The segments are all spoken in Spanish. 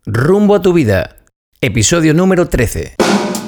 Rumbo a tu vida, episodio número 13.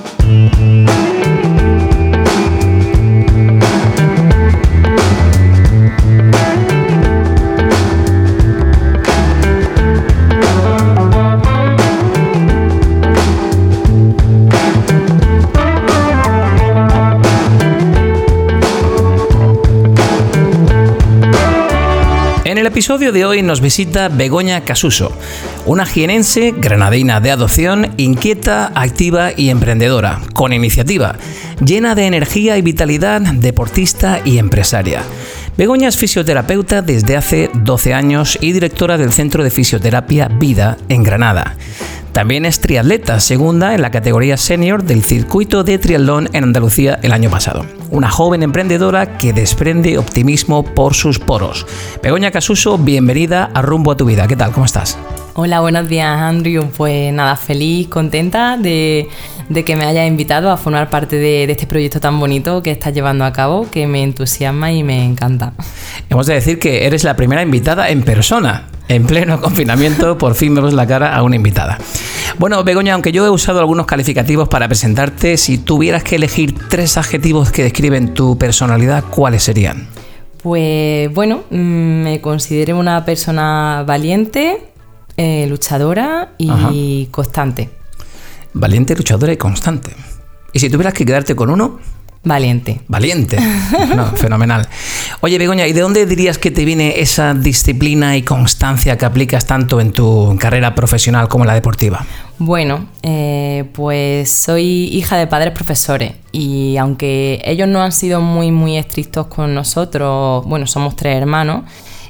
En el episodio de hoy nos visita Begoña Casuso, una jienense granadina de adopción, inquieta, activa y emprendedora, con iniciativa, llena de energía y vitalidad, deportista y empresaria. Begoña es fisioterapeuta desde hace 12 años y directora del Centro de Fisioterapia Vida en Granada. También es triatleta, segunda en la categoría senior del circuito de triatlón en Andalucía el año pasado. Una joven emprendedora que desprende optimismo por sus poros. Begoña Casuso, bienvenida a Rumbo a tu vida. ¿Qué tal? ¿Cómo estás? Hola, buenos días, Andrew. Pues nada, feliz, contenta de que me hayas invitado a formar parte de este proyecto tan bonito que estás llevando a cabo, que me entusiasma y me encanta. Hemos de decir que eres la primera invitada en persona. En pleno confinamiento, por fin vemos la cara a una invitada. Bueno, Begoña, aunque yo he usado algunos calificativos para presentarte, si tuvieras que elegir 3 adjetivos que describen tu personalidad, ¿cuáles serían? Pues bueno, me considero una persona valiente, luchadora y constante. Valiente, luchadora y constante. ¿Y si tuvieras que quedarte con uno? Valiente. Valiente. No, fenomenal. Oye, Begoña, ¿y de dónde dirías que te viene esa disciplina y constancia que aplicas tanto en tu carrera profesional como en la deportiva? Bueno, pues soy hija de padres profesores y aunque ellos no han sido muy estrictos con nosotros, bueno, somos 3 hermanos,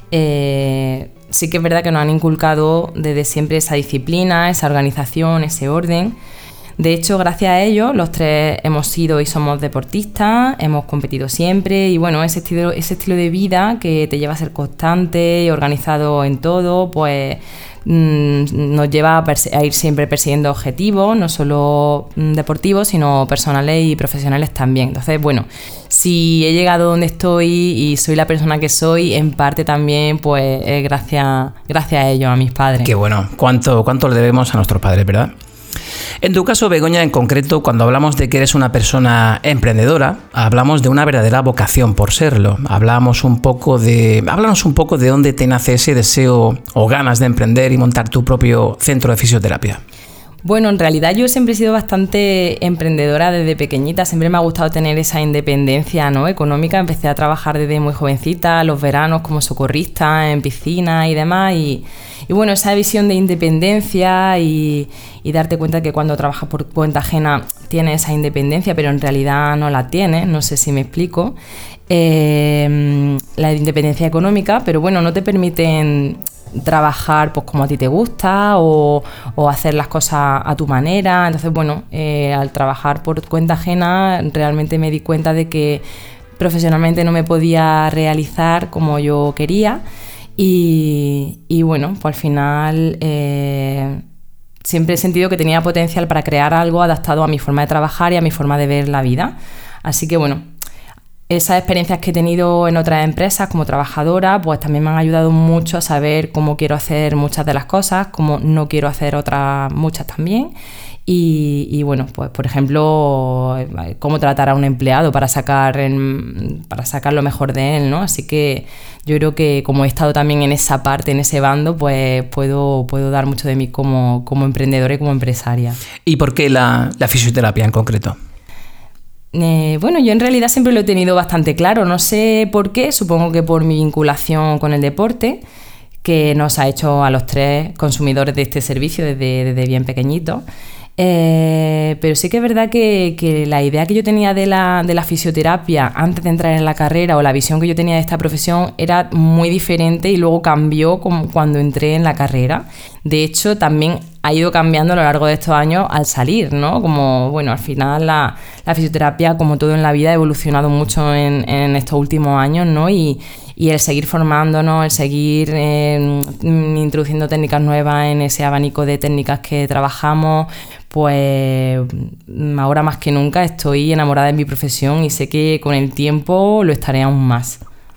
sí que es verdad que nos han inculcado desde siempre esa disciplina, esa organización, ese orden. De hecho, gracias a ellos, los 3 hemos sido y somos deportistas, hemos competido siempre y bueno, ese estilo de vida que te lleva a ser constante y organizado en todo, pues nos lleva a ir siempre persiguiendo objetivos, no solo deportivos, sino personales y profesionales también. Entonces, bueno, si he llegado donde estoy y soy la persona que soy, en parte también, pues gracias a ellos, a mis padres. Qué bueno, cuánto le debemos a nuestros padres, ¿verdad? En tu caso, Begoña, en concreto, cuando hablamos de que eres una persona emprendedora, hablamos de una verdadera vocación por serlo. Háblanos un poco de dónde te nace ese deseo o ganas de emprender y montar tu propio centro de fisioterapia. Bueno, en realidad yo siempre he sido bastante emprendedora desde pequeñita, siempre me ha gustado tener esa independencia, ¿no?, económica. Empecé a trabajar desde muy jovencita, los veranos como socorrista en piscinas y demás, y bueno, esa visión de independencia y darte cuenta que cuando trabajas por cuenta ajena tienes esa independencia, pero en realidad no la tienes, no sé si me explico. La independencia económica, pero bueno, no te permiten trabajar pues como a ti te gusta o hacer las cosas a tu manera. Entonces, bueno, al trabajar por cuenta ajena realmente me di cuenta de que profesionalmente no me podía realizar como yo quería y bueno, pues al final siempre he sentido que tenía potencial para crear algo adaptado a mi forma de trabajar y a mi forma de ver la vida. Así que bueno, esas experiencias que he tenido en otras empresas como trabajadora, pues también me han ayudado mucho a saber cómo quiero hacer muchas de las cosas, cómo no quiero hacer otras muchas también. Y bueno, pues por ejemplo, cómo tratar a un empleado para sacar lo mejor de él, ¿no? Así que yo creo que como he estado también en esa parte, en ese bando, pues puedo dar mucho de mí como emprendedora y como empresaria. ¿Y por qué la fisioterapia en concreto? Bueno, yo en realidad siempre lo he tenido bastante claro, no sé por qué, supongo que por mi vinculación con el deporte, que nos ha hecho a los 3 consumidores de este servicio desde bien pequeñitos. Pero sí que es verdad que la idea que yo tenía de la fisioterapia antes de entrar en la carrera, o la visión que yo tenía de esta profesión, era muy diferente y luego cambió cuando entré en la carrera. De hecho, también ha ido cambiando a lo largo de estos años al salir, ¿no? Como, bueno, al final la fisioterapia, como todo en la vida, ha evolucionado mucho en estos últimos años, ¿no? Y el seguir formándonos, el seguir introduciendo técnicas nuevas en ese abanico de técnicas que trabajamos, pues ahora más que nunca estoy enamorada de mi profesión y sé que con el tiempo lo estaré aún más.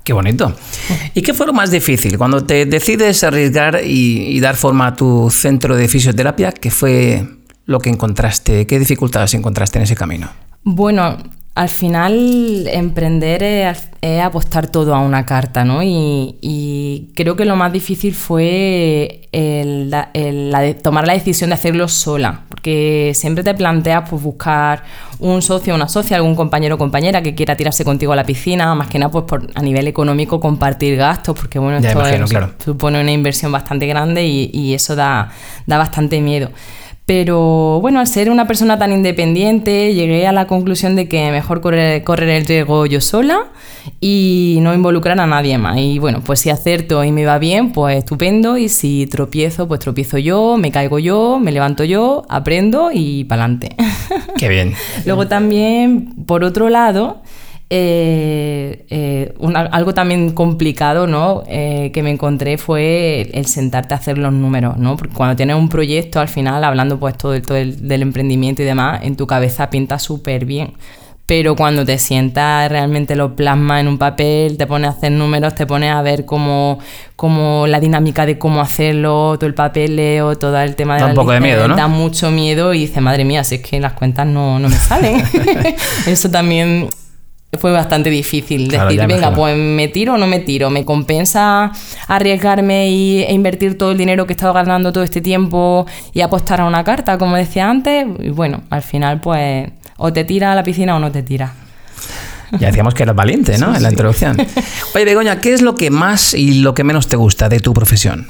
Qué bonito. ¿Y qué fue lo más difícil cuando te decides arriesgar y dar forma a tu centro de fisioterapia? ¿Qué fue lo que encontraste? ¿Qué dificultades encontraste en ese camino? Bueno, al final emprender es apostar todo a una carta, ¿no? Y creo que lo más difícil fue tomar la decisión de hacerlo sola, porque siempre te planteas pues buscar un socio o una socia, algún compañero o compañera que quiera tirarse contigo a la piscina, más que nada pues a nivel económico compartir gastos, porque bueno, ya esto imagino, claro, supone una inversión bastante grande y eso da bastante miedo. Pero bueno, al ser una persona tan independiente, llegué a la conclusión de que mejor correr el riesgo yo sola y no involucrar a nadie más. Y bueno, pues si acierto y me va bien, pues estupendo. Y si tropiezo, pues tropiezo yo, me caigo yo, me levanto yo, aprendo y pa'lante. Qué bien. Luego también, por otro lado, algo también complicado, ¿no? Que me encontré fue el sentarte a hacer los números, ¿no? Porque cuando tienes un proyecto, al final, hablando pues todo del emprendimiento y demás, en tu cabeza pinta súper bien. Pero cuando te sientas, realmente lo plasmas en un papel, te pones a hacer números, te pones a ver cómo la dinámica de cómo hacerlo, todo el papeleo, todo el tema de da un poco de miedo, ¿no? Da mucho miedo y dices, madre mía, si es que las cuentas no me salen. Eso también fue bastante difícil, claro, decir, venga, pues me tiro o no me tiro, me compensa arriesgarme e invertir todo el dinero que he estado ganando todo este tiempo y apostar a una carta, como decía antes. Y bueno, al final pues o te tiras a la piscina o no te tiras. Ya decíamos que eras valiente, ¿no? Sí, en la introducción. Oye, Begoña, ¿qué es lo que más y lo que menos te gusta de tu profesión?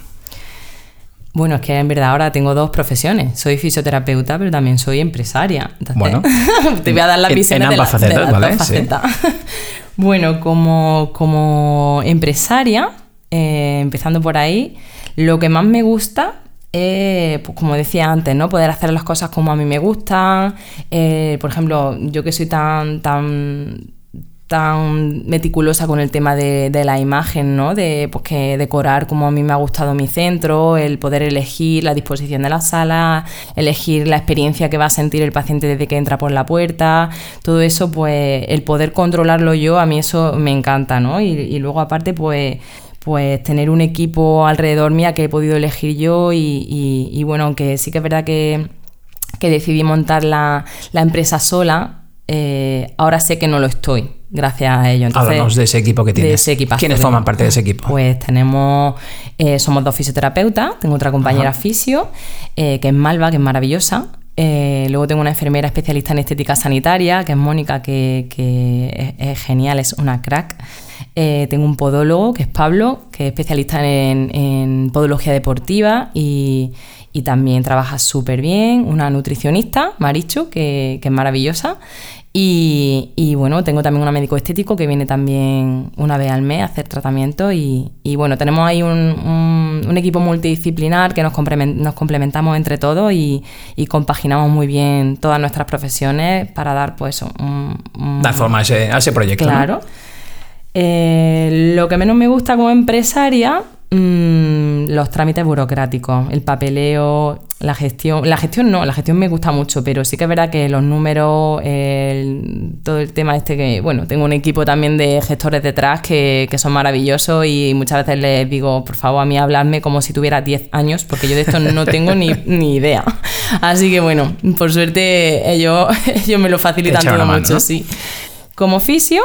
Bueno, es que en verdad ahora tengo dos profesiones. Soy fisioterapeuta, pero también soy empresaria. Entonces, bueno, te voy a dar las visiones en ambas facetas, de ¿vale? dos facetas. Sí. Bueno, como empresaria, empezando por ahí, lo que más me gusta es, pues como decía antes, ¿no? Poder hacer las cosas como a mí me gustan. Por ejemplo, yo que soy tan meticulosa con el tema de la imagen, ¿no? De pues que decorar como a mí me ha gustado mi centro, el poder elegir la disposición de la sala, elegir la experiencia que va a sentir el paciente desde que entra por la puerta, todo eso, pues el poder controlarlo yo, a mí eso me encanta, ¿no? Y luego aparte, pues tener un equipo alrededor mía que he podido elegir yo y bueno, aunque sí que es verdad que decidí montar la empresa sola, ahora sé que no lo estoy. Gracias a ello. Entonces, háblanos de ese equipo que tienes. De ese equipazo. ¿Quiénes forman parte de ese equipo? Pues somos 2 fisioterapeutas, tengo otra compañera fisio, que es Malva, que es maravillosa. Luego tengo una enfermera especialista en estética sanitaria, que es Mónica, que es genial, es una crack. Tengo un podólogo, que es Pablo, que es especialista en podología deportiva y también trabaja súper bien. Una nutricionista, Marichu, que es maravillosa. Y bueno, tengo también un médico estético que viene también una vez al mes a hacer tratamiento y bueno, tenemos ahí un equipo multidisciplinar que nos complementamos entre todos y compaginamos muy bien todas nuestras profesiones para dar pues dar forma a ese proyecto. Claro. ¿No? Lo que menos me gusta como empresaria, los trámites burocráticos, el papeleo, la gestión no, la gestión me gusta mucho, pero sí que es verdad que los números, todo el tema que, bueno, tengo un equipo también de gestores detrás que son maravillosos y muchas veces les digo, por favor, a mí habladme como si tuviera 10 años, porque yo de esto no tengo ni idea. Así que bueno, por suerte ellos me lo facilitan todo mucho, ¿no? Sí. Como fisio,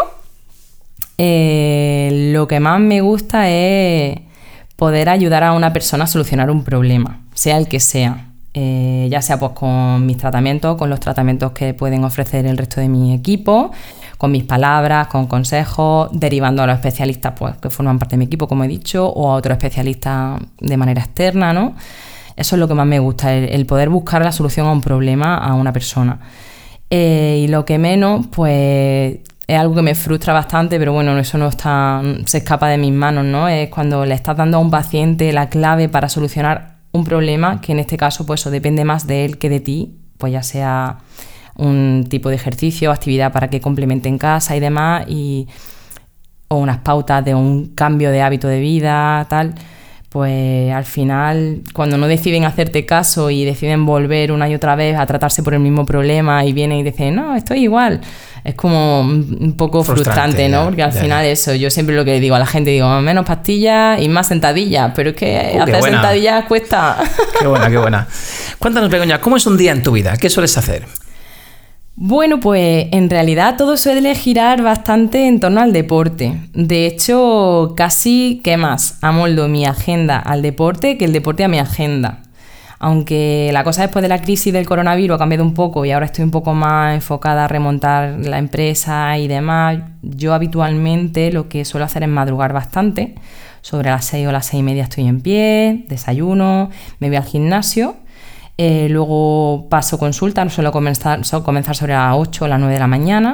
lo que más me gusta es poder ayudar a una persona a solucionar un problema, sea el que sea, ya sea pues con mis tratamientos, con los tratamientos que pueden ofrecer el resto de mi equipo, con mis palabras, con consejos, derivando a los especialistas pues que forman parte de mi equipo, como he dicho, o a otros especialistas de manera externa, ¿no? Eso es lo que más me gusta, el poder buscar la solución a un problema a una persona. Y lo que menos, pues es algo que me frustra bastante, pero bueno, eso se escapa de mis manos, ¿no? Es cuando le estás dando a un paciente la clave para solucionar un problema, que en este caso pues eso depende más de él que de ti, pues ya sea un tipo de ejercicio, actividad para que complemente en casa y demás, o unas pautas de un cambio de hábito de vida, tal. pues al final, cuando no deciden hacerte caso y deciden volver una y otra vez a tratarse por el mismo problema y vienen y dicen, no, estoy igual, es como un poco frustrante, ¿no? Porque al final eso, yo siempre lo que digo a la gente, digo, menos pastillas y más sentadillas, pero es que hacer sentadillas cuesta. Qué buena, qué buena. Cuéntanos, Begoña, ¿cómo es un día en tu vida? ¿Qué sueles hacer? Bueno, pues en realidad todo suele girar bastante en torno al deporte. De hecho, casi que más amoldo mi agenda al deporte que el deporte a mi agenda. Aunque la cosa después de la crisis del coronavirus ha cambiado un poco y ahora estoy un poco más enfocada a remontar la empresa y demás, yo habitualmente lo que suelo hacer es madrugar bastante. Sobre las 6 o las 6:30 estoy en pie, desayuno, me voy al gimnasio. Luego paso consulta, suelo comenzar sobre las 8 o las 9 de la mañana.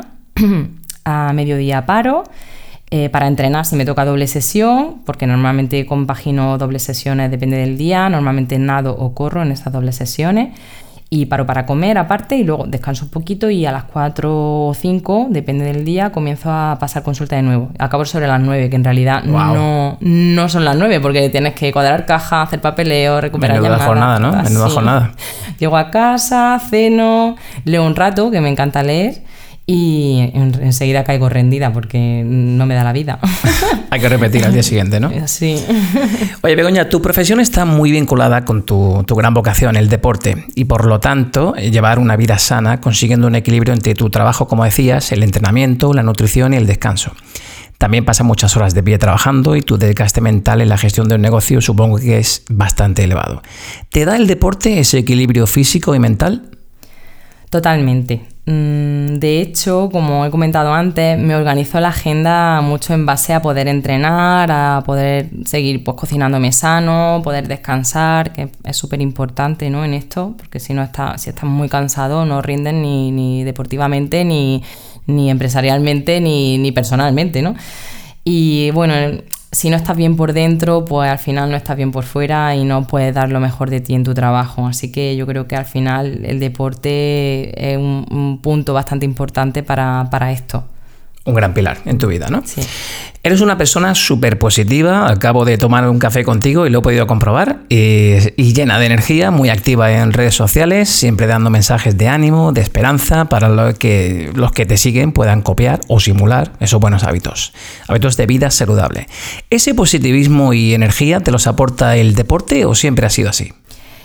A mediodía paro para entrenar si me toca doble sesión, porque normalmente compagino dobles sesiones, depende del día. Normalmente nado o corro en estas dobles sesiones. Y paro para comer aparte y luego descanso un poquito y a las 4 o 5, depende del día, comienzo a pasar consulta de nuevo. Acabo sobre las 9, que en realidad no son las 9 porque tienes que cuadrar caja, hacer papeleo, recuperar llamadas. Menuda jornada, ¿no? Menuda jornada. Llego a casa, ceno, leo un rato, que me encanta leer, y enseguida caigo rendida porque no me da la vida. Hay que repetir al día siguiente, ¿no? Sí. Oye, Begoña, tu profesión está muy vinculada con tu gran vocación, el deporte, y por lo tanto, llevar una vida sana, consiguiendo un equilibrio entre tu trabajo, como decías, el entrenamiento, la nutrición y el descanso. También pasas muchas horas de pie trabajando y tu desgaste mental en la gestión de un negocio supongo que es bastante elevado. ¿Te da el deporte ese equilibrio físico y mental? Totalmente. De hecho, como he comentado antes, me organizo la agenda mucho en base a poder entrenar, a poder seguir pues cocinándome sano, poder descansar, que es súper importante, ¿no? En esto, porque si estás muy cansado no rindes ni deportivamente, ni empresarialmente, ni personalmente, ¿no? Y bueno, si no estás bien por dentro, pues al final no estás bien por fuera y no puedes dar lo mejor de ti en tu trabajo. Así que yo creo que al final el deporte es un punto bastante importante para esto. Un gran pilar en tu vida, ¿no? Sí. Eres una persona súper positiva, acabo de tomar un café contigo y lo he podido comprobar, y llena de energía, muy activa en redes sociales, siempre dando mensajes de ánimo, de esperanza, para los que te siguen puedan copiar o simular esos buenos hábitos de vida saludable. ¿Ese positivismo y energía te los aporta el deporte o siempre ha sido así?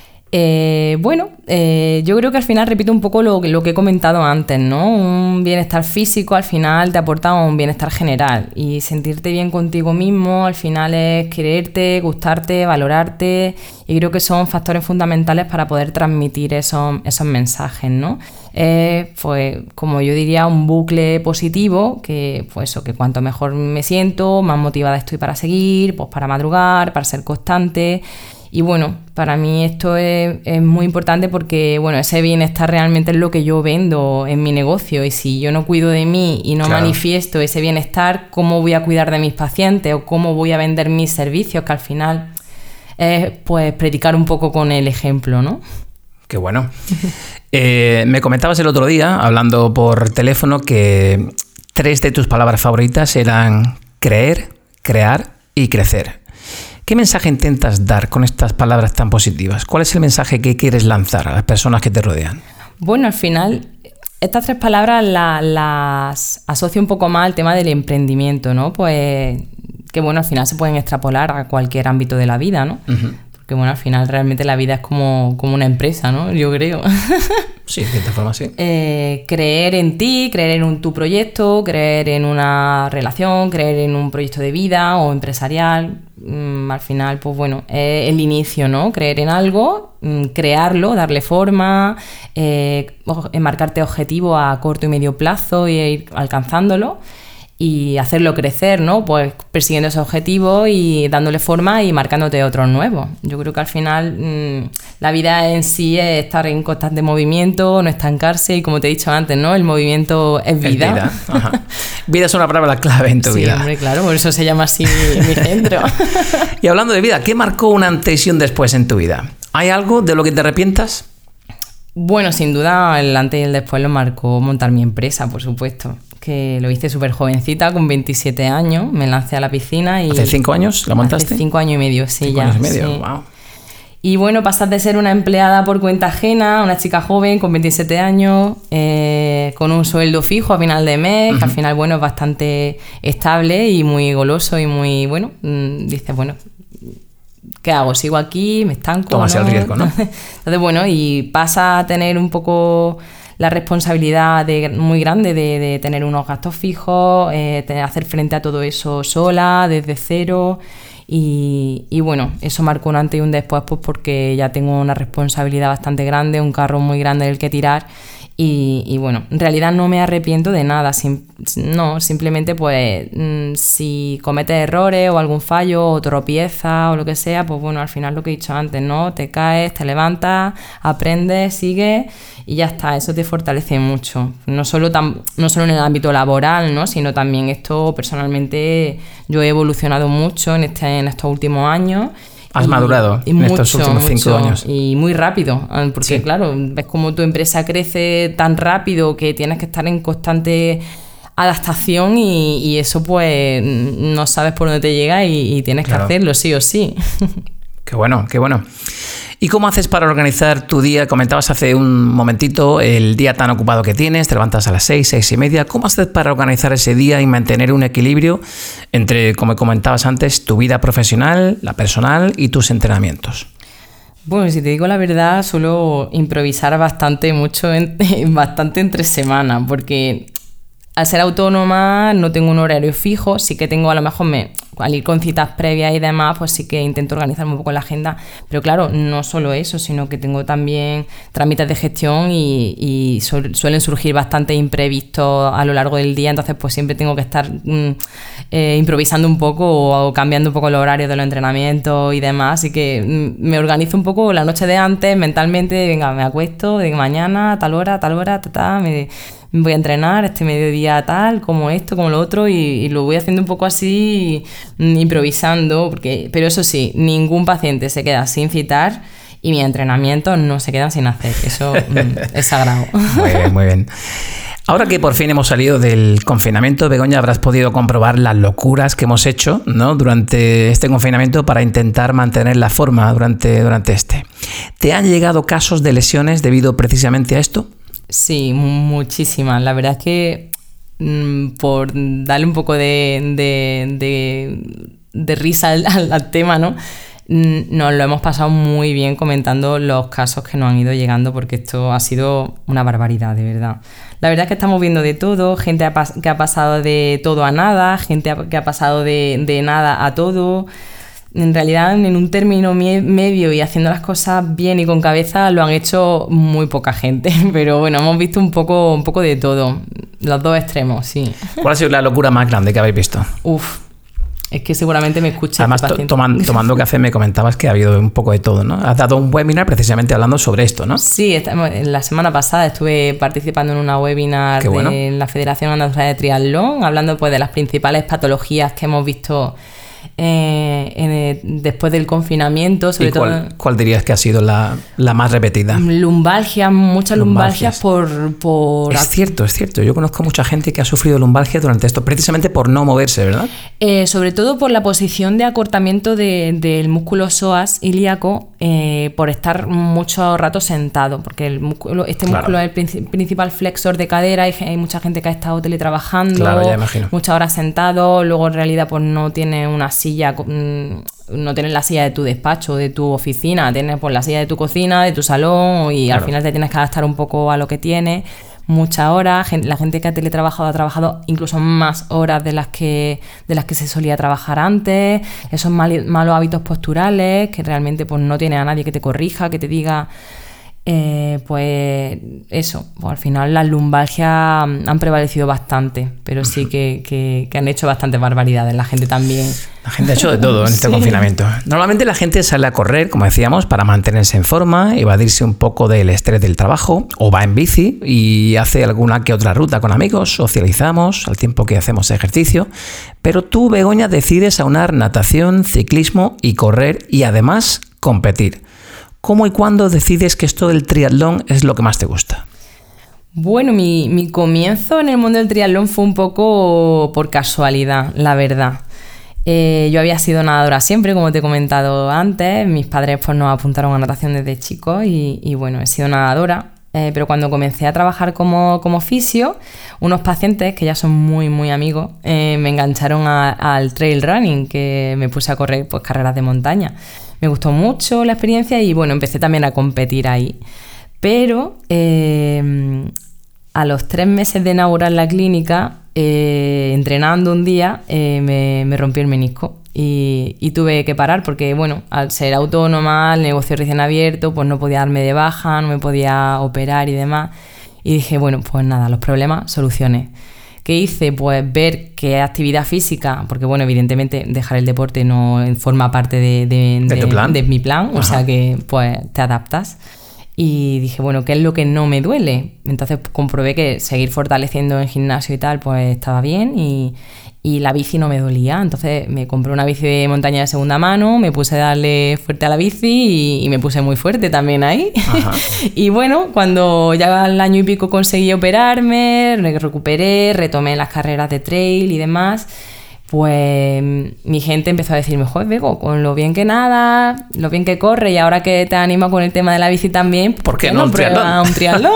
Yo creo que al final repito un poco lo que he comentado antes, ¿no? Un bienestar físico al final te aporta un bienestar general y sentirte bien contigo mismo al final es quererte, gustarte, valorarte, y creo que son factores fundamentales para poder transmitir esos mensajes, ¿no? Pues como yo diría, un bucle positivo que cuanto mejor me siento, más motivada estoy para seguir, pues para madrugar, para ser constante. Y bueno, para mí esto es muy importante porque bueno, ese bienestar realmente es lo que yo vendo en mi negocio, y si yo no cuido de mí y no manifiesto ese bienestar, ¿cómo voy a cuidar de mis pacientes o cómo voy a vender mis servicios? Que al final es pues predicar un poco con el ejemplo, ¿no? Qué bueno. Me comentabas el otro día, hablando por teléfono, que 3 de tus palabras favoritas eran creer, crear y crecer. ¿Qué mensaje intentas dar con estas palabras tan positivas? ¿Cuál es el mensaje que quieres lanzar a las personas que te rodean? Bueno, al final, estas 3 palabras las asocio un poco más al tema del emprendimiento, ¿no? Pues que bueno, al final se pueden extrapolar a cualquier ámbito de la vida, ¿no? Uh-huh. Porque bueno, al final realmente la vida es como una empresa, ¿no? Yo creo. Sí, de cierta forma sí. Creer en ti, creer en tu proyecto, creer en una relación, creer en un proyecto de vida o empresarial. Al final, pues bueno, es el inicio, ¿no? Creer en algo, crearlo, darle forma, marcarte objetivo a corto y medio plazo y ir alcanzándolo. Y hacerlo crecer, ¿no? Pues persiguiendo esos objetivos y dándole forma y marcándote otros nuevos. Yo creo que al final la vida en sí es estar en constante movimiento, no estancarse, y como te he dicho antes, ¿no? El movimiento es vida. Ajá. Vida es una palabra clave en tu vida. Sí, hombre, claro, por eso se llama así mi centro. Y hablando de vida, ¿qué marcó un antes y un después en tu vida? ¿Hay algo de lo que te arrepientas? Bueno, sin duda el antes y el después lo marcó montar mi empresa, por supuesto. que lo hice súper jovencita, con 27 años, me lancé a la piscina y... ¿Hace 5 años la montaste? Hace 5 años y medio, sí, 5 ya. años y medio, sí. wow. Y bueno, pasas de ser una empleada por cuenta ajena, una chica joven con 27 años, con un sueldo fijo a final de mes, que al final, bueno, es bastante estable y muy goloso y muy, bueno, dices, bueno, ¿qué hago? ¿Sigo aquí? ¿Me estanco? Tomas el riesgo, ¿no? Entonces, bueno, y pasa a tener un poco la responsabilidad muy grande de tener unos gastos fijos, hacer frente a todo eso sola, desde cero. Y bueno, eso marcó un antes y un después, pues porque ya tengo una responsabilidad bastante grande, un carro muy grande del que tirar. Y bueno, en realidad no me arrepiento de nada, simplemente pues si cometes errores o algún fallo o tropiezas o lo que sea, pues bueno, al final lo que he dicho antes, ¿no? Te caes, te levantas, aprendes, sigues y ya está, eso te fortalece mucho, no solo en el ámbito laboral, ¿no? Sino también esto personalmente yo he evolucionado mucho en estos últimos años. Has madurado en estos últimos 5 años. Y muy rápido, porque sí, claro, ves cómo tu empresa crece tan rápido que tienes que estar en constante adaptación y eso pues no sabes por dónde te llega y tienes que hacerlo sí o sí. Qué bueno, qué bueno. ¿Y cómo haces para organizar tu día? Comentabas hace un momentito el día tan ocupado que tienes, te levantas a las 6, 6:30. ¿Cómo haces para organizar ese día y mantener un equilibrio entre, como comentabas antes, tu vida profesional, la personal y tus entrenamientos? Bueno, si te digo la verdad, suelo improvisar bastante entre semanas, porque al ser autónoma no tengo un horario fijo, sí que tengo a lo mejor al ir con citas previas y demás, pues sí que intento organizarme un poco la agenda, pero claro, no solo eso, sino que tengo también trámites de gestión y suelen surgir bastante imprevistos a lo largo del día, entonces pues siempre tengo que estar improvisando un poco o cambiando un poco los horarios de los entrenamientos y demás, así que me organizo un poco la noche de antes mentalmente, venga, me acuesto, de mañana, a tal hora, me voy a entrenar este mediodía tal, como esto, como lo otro y lo voy haciendo un poco así, improvisando, pero eso sí, ningún paciente se queda sin citar y mis entrenamientos no se quedan sin hacer, eso es sagrado. Muy bien, muy bien. Ahora que por fin hemos salido del confinamiento, Begoña, habrás podido comprobar las locuras que hemos hecho, ¿no?, durante este confinamiento para intentar mantener la forma durante este. ¿Te han llegado casos de lesiones debido precisamente a esto? Sí, muchísimas. La verdad es que por darle un poco de risa al tema, ¿no? Nos lo hemos pasado muy bien comentando los casos que nos han ido llegando porque esto ha sido una barbaridad, de verdad. La verdad es que estamos viendo de todo, gente que ha pasado de todo a nada, gente que ha pasado de nada a todo. En realidad, en un término medio y haciendo las cosas bien y con cabeza, lo han hecho muy poca gente. Pero bueno, hemos visto un poco de todo. Los dos extremos, sí. ¿Cuál ha sido la locura más grande que habéis visto? Es que seguramente me escucha. Además, tomando café me comentabas que ha habido un poco de todo, ¿no? Has dado un webinar precisamente hablando sobre esto, ¿no? Sí, la semana pasada estuve participando en una webinar de la Federación Andaluza de Triatlón, hablando pues de las principales patologías que hemos visto después del confinamiento, sobre todo. ¿Cuál dirías que ha sido la más repetida? Lumbalgias, muchas lumbalgias por... Es cierto. Yo conozco mucha gente que ha sufrido lumbalgia durante esto, precisamente por no moverse, ¿verdad? Sobre todo por la posición de acortamiento del músculo psoas ilíaco, por estar mucho rato sentado, porque músculo es el principal flexor de cadera. Hay mucha gente que ha estado teletrabajando, muchas horas sentado, luego en realidad pues no tiene una silla, no tienes la silla de tu despacho, de tu oficina, tienes pues la silla de tu cocina, de tu salón y al final te tienes que adaptar un poco a lo que tienes. Muchas horas, la gente que ha teletrabajado ha trabajado incluso más horas de las que se solía trabajar antes, esos malos hábitos posturales que realmente pues no tienes a nadie que te corrija, que te diga... pues eso, pues al final las lumbalgias han prevalecido bastante, pero sí que han hecho bastantes barbaridades, la gente también. La gente ha hecho de todo en este confinamiento. Normalmente la gente sale a correr, como decíamos, para mantenerse en forma, evadirse un poco del estrés del trabajo, o va en bici y hace alguna que otra ruta con amigos, socializamos al tiempo que hacemos ejercicio, pero tú, Begoña, decides aunar natación, ciclismo y correr y además competir. ¿Cómo y cuándo decides que esto del triatlón es lo que más te gusta? Bueno, mi comienzo en el mundo del triatlón fue un poco por casualidad, la verdad. Yo había sido nadadora siempre, como te he comentado antes. Mis padres pues, nos apuntaron a natación desde chicos y bueno, he sido nadadora. Pero cuando comencé a trabajar como fisio, unos pacientes que ya son muy, muy amigos, me engancharon al trail running, que me puse a correr pues, carreras de montaña. Me gustó mucho la experiencia y bueno, empecé también a competir ahí. Pero a los 3 meses de inaugurar la clínica, entrenando un día, me rompí el menisco y tuve que parar porque, bueno, al ser autónoma, el negocio recién abierto, pues no podía darme de baja, no me podía operar y demás. Y dije, bueno, pues nada, los problemas, soluciones. ¿Qué hice? Pues ver qué actividad física, porque bueno, evidentemente dejar el deporte no forma parte de tu plan. De mi plan, o sea que pues te adaptas. Y dije, bueno, ¿qué es lo que no me duele? Entonces comprobé que seguir fortaleciendo en gimnasio y tal, pues estaba bien y la bici no me dolía. Entonces me compré una bici de montaña de segunda mano, me puse a darle fuerte a la bici y me puse muy fuerte también ahí. Y bueno, cuando ya al año y pico conseguí operarme, recuperé, retomé las carreras de trail y demás, pues mi gente empezó a decirme, joder, Bego, con lo bien que nada, lo bien que corre y ahora que te anima con el tema de la bici también, ¿por qué no un triatlón?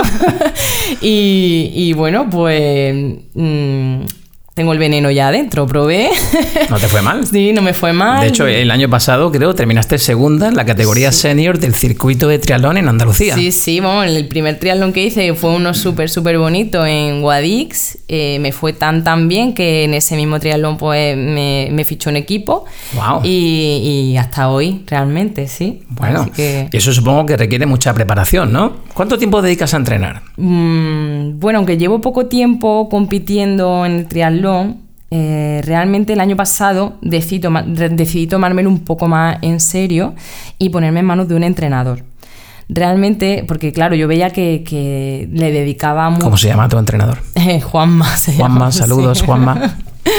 y bueno, pues tengo el veneno ya adentro, probé. ¿No te fue mal? Sí, no me fue mal. De hecho, el año pasado, creo, terminaste segunda en la categoría senior del circuito de triatlón en Andalucía. Sí, bueno, el primer triatlón que hice fue uno súper bonito en Guadix. Me fue tan bien que en ese mismo triatlón pues me fichó un equipo. Wow. Y hasta hoy, realmente, sí. Bueno, así que... y eso supongo que requiere mucha preparación, ¿no? ¿Cuánto tiempo dedicas a entrenar? Bueno, aunque llevo poco tiempo compitiendo en el triatlón, realmente el año pasado decidí tomármelo un poco más en serio y ponerme en manos de un entrenador. Realmente, porque claro, yo veía que le dedicaba mucho... ¿Cómo se llama tu entrenador? Juanma. Juanma, saludos, sí. Juanma.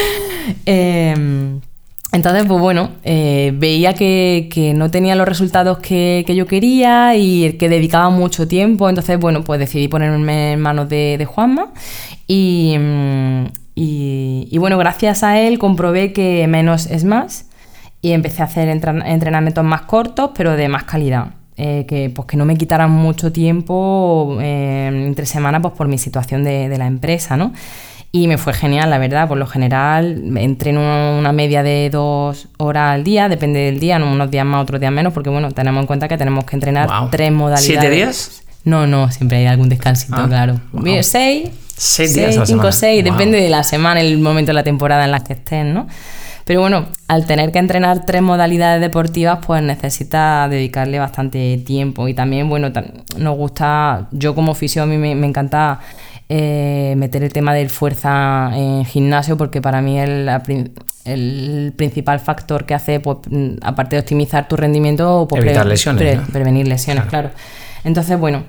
Entonces, pues bueno, veía que no tenía los resultados que yo quería y que dedicaba mucho tiempo. Entonces, bueno, pues decidí ponerme en manos de Juanma y bueno, gracias a él comprobé que menos es más y empecé a hacer entrenamientos más cortos, pero de más calidad. Que no me quitaran mucho tiempo entre semana pues por mi situación de la empresa, ¿no? Y me fue genial, la verdad. Por lo general entreno una media de 2 horas al día, depende del día, unos días más, otros días menos, porque bueno, tenemos en cuenta que tenemos que entrenar 3 modalidades. ¿7 días? No, siempre hay algún descansito, claro. Wow. 6 días a la 5, semana. 6, Wow. Depende de la semana, el momento de la temporada en la que estés, ¿no? Pero bueno, al tener que entrenar 3 modalidades deportivas, pues necesitas dedicarle bastante tiempo. Y también, bueno, nos gusta, yo como fisio a mí me encanta meter el tema del fuerza en gimnasio, porque para mí el principal factor que hace, pues, aparte de optimizar tu rendimiento, pues evitar lesiones, ¿no? Prevenir lesiones, claro. Entonces, bueno,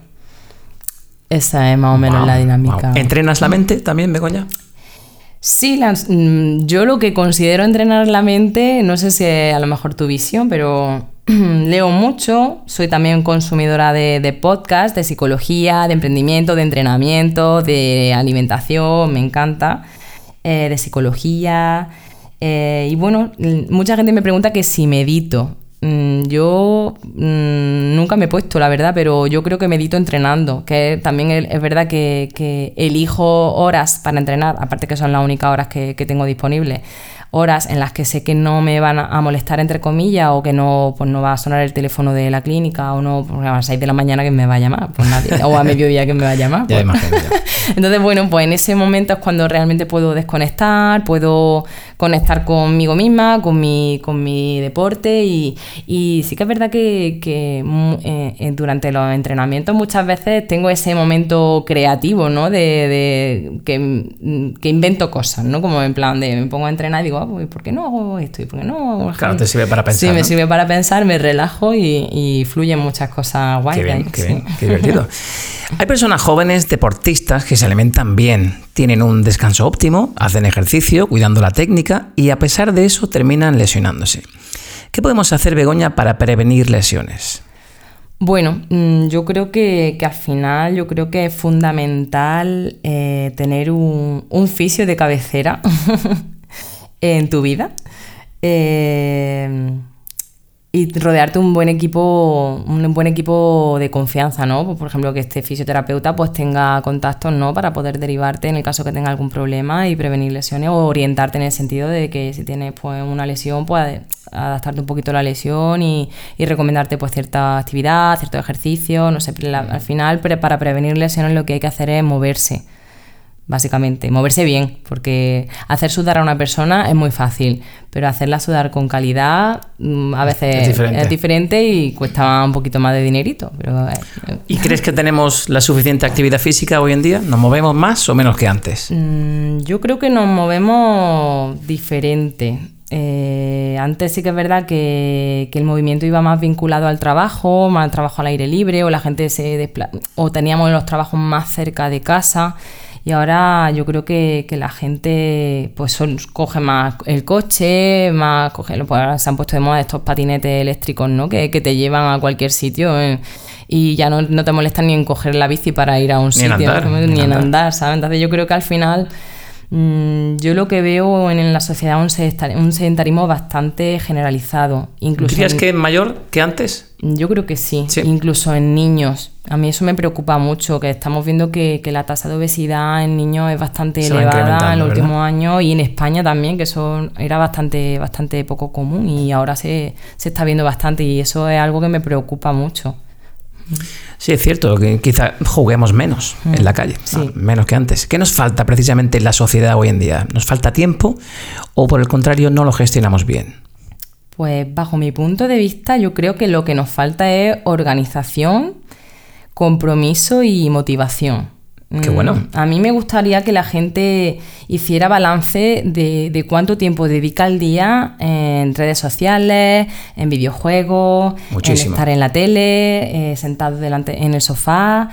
esa es más o menos la dinámica. Wow. ¿Entrenas la mente también, Begoña? Sí, yo lo que considero entrenar la mente, no sé si es a lo mejor tu visión, pero leo mucho, soy también consumidora de podcast, de psicología, de emprendimiento, de entrenamiento, de alimentación, me encanta, de psicología. Y bueno, mucha gente me pregunta que si medito. Yo nunca me he puesto, la verdad, pero yo creo que medito entrenando, que también es verdad que elijo horas para entrenar, aparte que son las únicas horas que tengo disponibles, horas en las que sé que no me van a molestar, entre comillas, o que no, pues no va a sonar el teléfono de la clínica, o no, pues a las 6 de la mañana que me va a llamar, pues nadie, o a mediodía que me va a llamar. Ya pues. imagino. Ya. Entonces, bueno, pues en ese momento es cuando realmente puedo desconectar, puedo conectar conmigo misma, con mi deporte y sí que es verdad que durante los entrenamientos muchas veces tengo ese momento creativo, ¿no? De que invento cosas, ¿no? Como en plan de me pongo a entrenar y digo, pues, ¿por qué no hago esto? ¿Y por qué no hago esto? Claro, te sirve para pensar. Sí, me ¿no? sirve para pensar, me relajo y fluyen muchas cosas guays. Qué bien, qué sí. bien, qué divertido. Hay personas jóvenes deportistas que se alimentan bien, tienen un descanso óptimo, hacen ejercicio, cuidando la técnica y a pesar de eso terminan lesionándose. ¿Qué podemos hacer, Begoña, para prevenir lesiones? Bueno, yo creo que al final yo creo que es fundamental tener un fisio de cabecera en tu vida. Y rodearte un buen equipo de confianza, ¿no? Pues, por ejemplo, que este fisioterapeuta pues tenga contactos, ¿no? Para poder derivarte en el caso que tenga algún problema y prevenir lesiones, o orientarte en el sentido de que si tienes pues una lesión, pues adaptarte un poquito a la lesión y recomendarte pues cierta actividad, cierto ejercicio, no sé, al final para prevenir lesiones lo que hay que hacer es moverse. Básicamente, moverse bien, porque hacer sudar a una persona es muy fácil, pero hacerla sudar con calidad a veces es diferente y cuesta un poquito más de dinerito. Pero, ¿Y crees que tenemos la suficiente actividad física hoy en día? ¿Nos movemos más o menos que antes? Yo creo que nos movemos diferente. Antes sí que es verdad que el movimiento iba más vinculado al trabajo, más al trabajo al aire libre, o la gente o teníamos los trabajos más cerca de casa. Y ahora yo creo que la gente pues coge más el coche, pues ahora se han puesto de moda estos patinetes eléctricos, ¿no? Que te llevan a cualquier sitio y ya no te molestan ni en coger la bici para ir a un sitio, ni en andar, ¿sabes? Entonces yo creo que al final yo lo que veo en la sociedad un sedentarismo bastante generalizado. ¿Dirías que es mayor que antes? Yo creo que sí, incluso en niños. A mí eso me preocupa mucho, que estamos viendo que la tasa de obesidad en niños es bastante elevada en los últimos años, y en España también, que eso era bastante poco común y ahora se está viendo bastante, y eso es algo que me preocupa mucho. Sí, es cierto, que quizá juguemos menos en la calle, sí. Menos que antes. ¿Qué nos falta precisamente en la sociedad hoy en día? ¿Nos falta tiempo o por el contrario no lo gestionamos bien? Pues bajo mi punto de vista yo creo que lo que nos falta es organización, compromiso y motivación. Qué bueno. A mí me gustaría que la gente hiciera balance de cuánto tiempo dedica al día en redes sociales, en videojuegos, muchísimo. En estar en la tele, sentado delante en el sofá.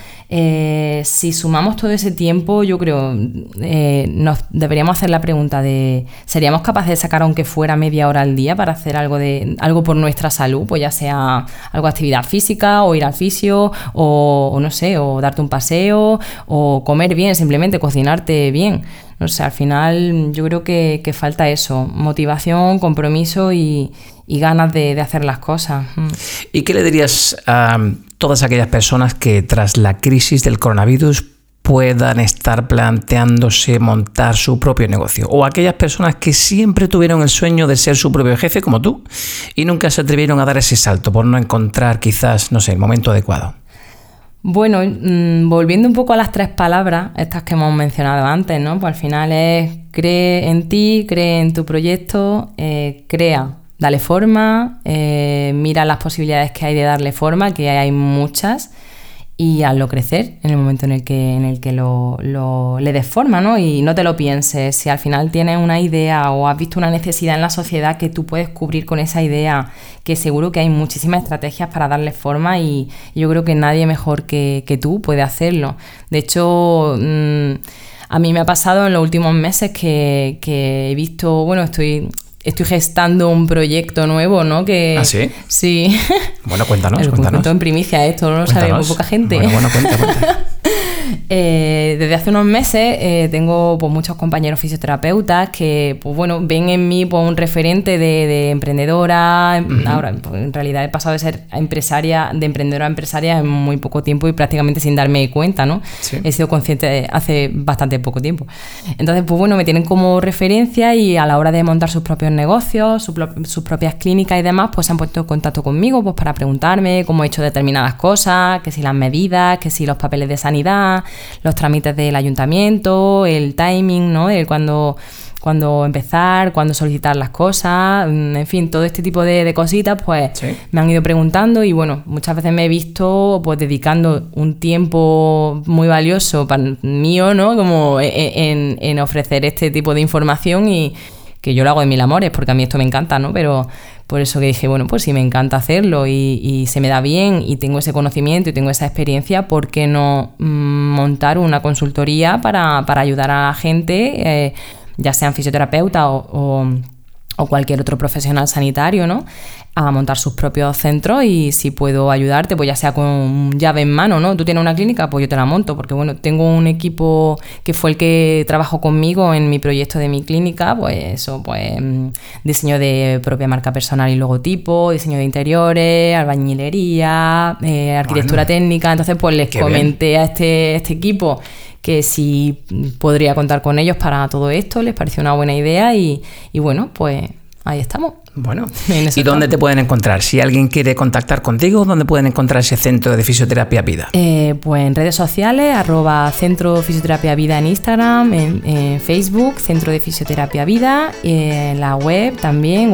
Si sumamos todo ese tiempo, yo creo nos deberíamos hacer la pregunta de ¿seríamos capaces de sacar aunque fuera media hora al día para hacer algo por nuestra salud? Pues ya sea algo de actividad física, o ir al fisio, o no sé, o darte un paseo, o comer bien, simplemente cocinarte bien. No sé, al final yo creo que falta eso, motivación, compromiso y ganas de hacer las cosas. ¿Y qué le dirías a todas aquellas personas que tras la crisis del coronavirus puedan estar planteándose montar su propio negocio? O aquellas personas que siempre tuvieron el sueño de ser su propio jefe, como tú, y nunca se atrevieron a dar ese salto por no encontrar quizás, no sé, el momento adecuado. Bueno, volviendo un poco a las 3 palabras, estas que hemos mencionado antes, ¿no? Pues al final es cree en ti, cree en tu proyecto, crea, dale forma, mira las posibilidades que hay de darle forma, que hay muchas, y hazlo crecer en el momento en el que le des forma, ¿no? Y no te lo pienses. Si al final tienes una idea o has visto una necesidad en la sociedad que tú puedes cubrir con esa idea, que seguro que hay muchísimas estrategias para darle forma, y yo creo que nadie mejor que tú puede hacerlo. De hecho, a mí me ha pasado en los últimos meses que he visto, bueno, estoy gestando un proyecto nuevo, ¿no? ¿Ah, sí? Sí. Bueno, cuéntanos. Cuento en primicia, esto no lo sabe muy poca gente. Bueno, cuenta. Desde hace unos meses tengo pues muchos compañeros fisioterapeutas que pues bueno, ven en mí pues un referente de emprendedora. Ahora pues, en realidad he pasado de ser emprendedora a empresaria en muy poco tiempo y prácticamente sin darme cuenta, ¿no? Sí. He sido consciente hace bastante poco tiempo. Entonces pues bueno, me tienen como referencia, y a la hora de montar sus propios negocios, sus propias clínicas y demás, pues se han puesto en contacto conmigo pues para preguntarme cómo he hecho determinadas cosas, que si las medidas, que si los papeles de sanidad, los trámites del ayuntamiento, el timing, ¿no? El cuándo empezar, cuándo solicitar las cosas, en fin, todo este tipo de cositas, pues sí. Me han ido preguntando, y bueno, muchas veces me he visto pues dedicando un tiempo muy valioso mío, ¿no? Como en ofrecer este tipo de información, y que yo lo hago de mil amores, porque a mí esto me encanta, ¿no? Pero por eso que dije, bueno, pues si me encanta hacerlo y se me da bien y tengo ese conocimiento y tengo esa experiencia, ¿por qué no montar una consultoría para ayudar a la gente, ya sean fisioterapeuta o cualquier otro profesional sanitario, ¿no? a montar sus propios centros, y si puedo ayudarte, pues ya sea con llave en mano, ¿no? Tú tienes una clínica, pues yo te la monto, porque bueno, tengo un equipo que fue el que trabajó conmigo en mi proyecto de mi clínica, pues eso, pues diseño de propia marca personal y logotipo, diseño de interiores, albañilería, arquitectura técnica. Entonces pues les comenté a este equipo que si podría contar con ellos para todo esto, les pareció una buena idea y bueno, pues ahí estamos. Bueno, ¿y dónde te pueden encontrar? Si alguien quiere contactar contigo, ¿dónde pueden encontrar ese centro de fisioterapia Vida? Pues en redes sociales, @Centro Fisioterapia Vida en Instagram, en Facebook, Centro de Fisioterapia Vida, en la web también,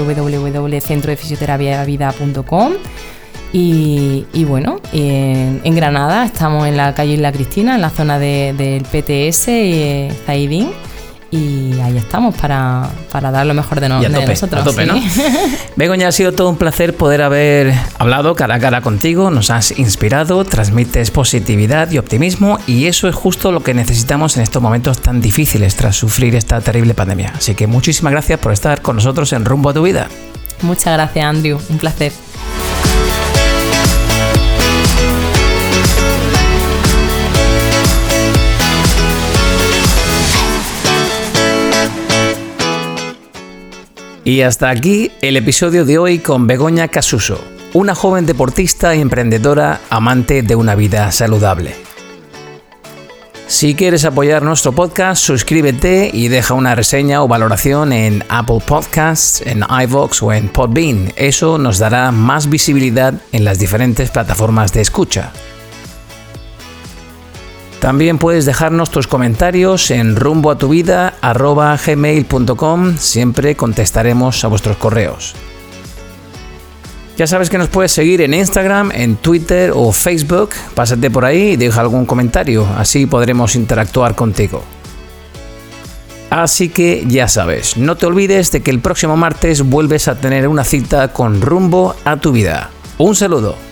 www.centrodefisioterapiavida.com. Y bueno, en Granada estamos en la calle Isla Cristina, en la zona del PTS y Zaidín. Y ahí estamos para dar lo mejor de nosotros. A tope, ¿sí? ¿No? Begoña, ha sido todo un placer poder haber hablado cara a cara contigo. Nos has inspirado, transmites positividad y optimismo, y eso es justo lo que necesitamos en estos momentos tan difíciles tras sufrir esta terrible pandemia. Así que muchísimas gracias por estar con nosotros en Rumbo a tu Vida. Muchas gracias, Andrew. Un placer. Y hasta aquí el episodio de hoy con Begoña Casuso, una joven deportista y emprendedora amante de una vida saludable. Si quieres apoyar nuestro podcast, suscríbete y deja una reseña o valoración en Apple Podcasts, en iVoox o en Podbean. Eso nos dará más visibilidad en las diferentes plataformas de escucha. También puedes dejarnos tus comentarios en rumboatuvida@gmail.com. Siempre contestaremos a vuestros correos. Ya sabes que nos puedes seguir en Instagram, en Twitter o Facebook. Pásate por ahí y deja algún comentario, así podremos interactuar contigo. Así que ya sabes, no te olvides de que el próximo martes vuelves a tener una cita con Rumbo a tu Vida. Un saludo.